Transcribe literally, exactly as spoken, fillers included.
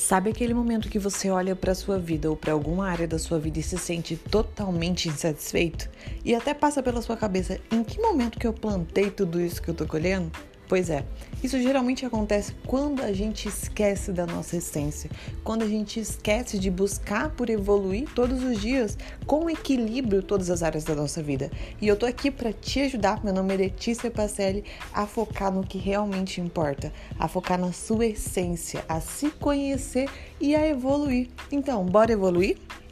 Sabe aquele momento que você olha para sua vida ou para alguma área da sua vida e se sente totalmente insatisfeito? E até passa pela sua cabeça, em que momento que eu plantei tudo isso que eu tô colhendo? Pois é, isso geralmente acontece quando a gente esquece da nossa essência, quando a gente esquece de buscar por evoluir todos os dias com equilíbrio todas as áreas da nossa vida. E eu tô aqui para te ajudar, meu nome é Letícia Pacelli, a focar no que realmente importa, a focar na sua essência, a se conhecer e a evoluir. Então, bora evoluir?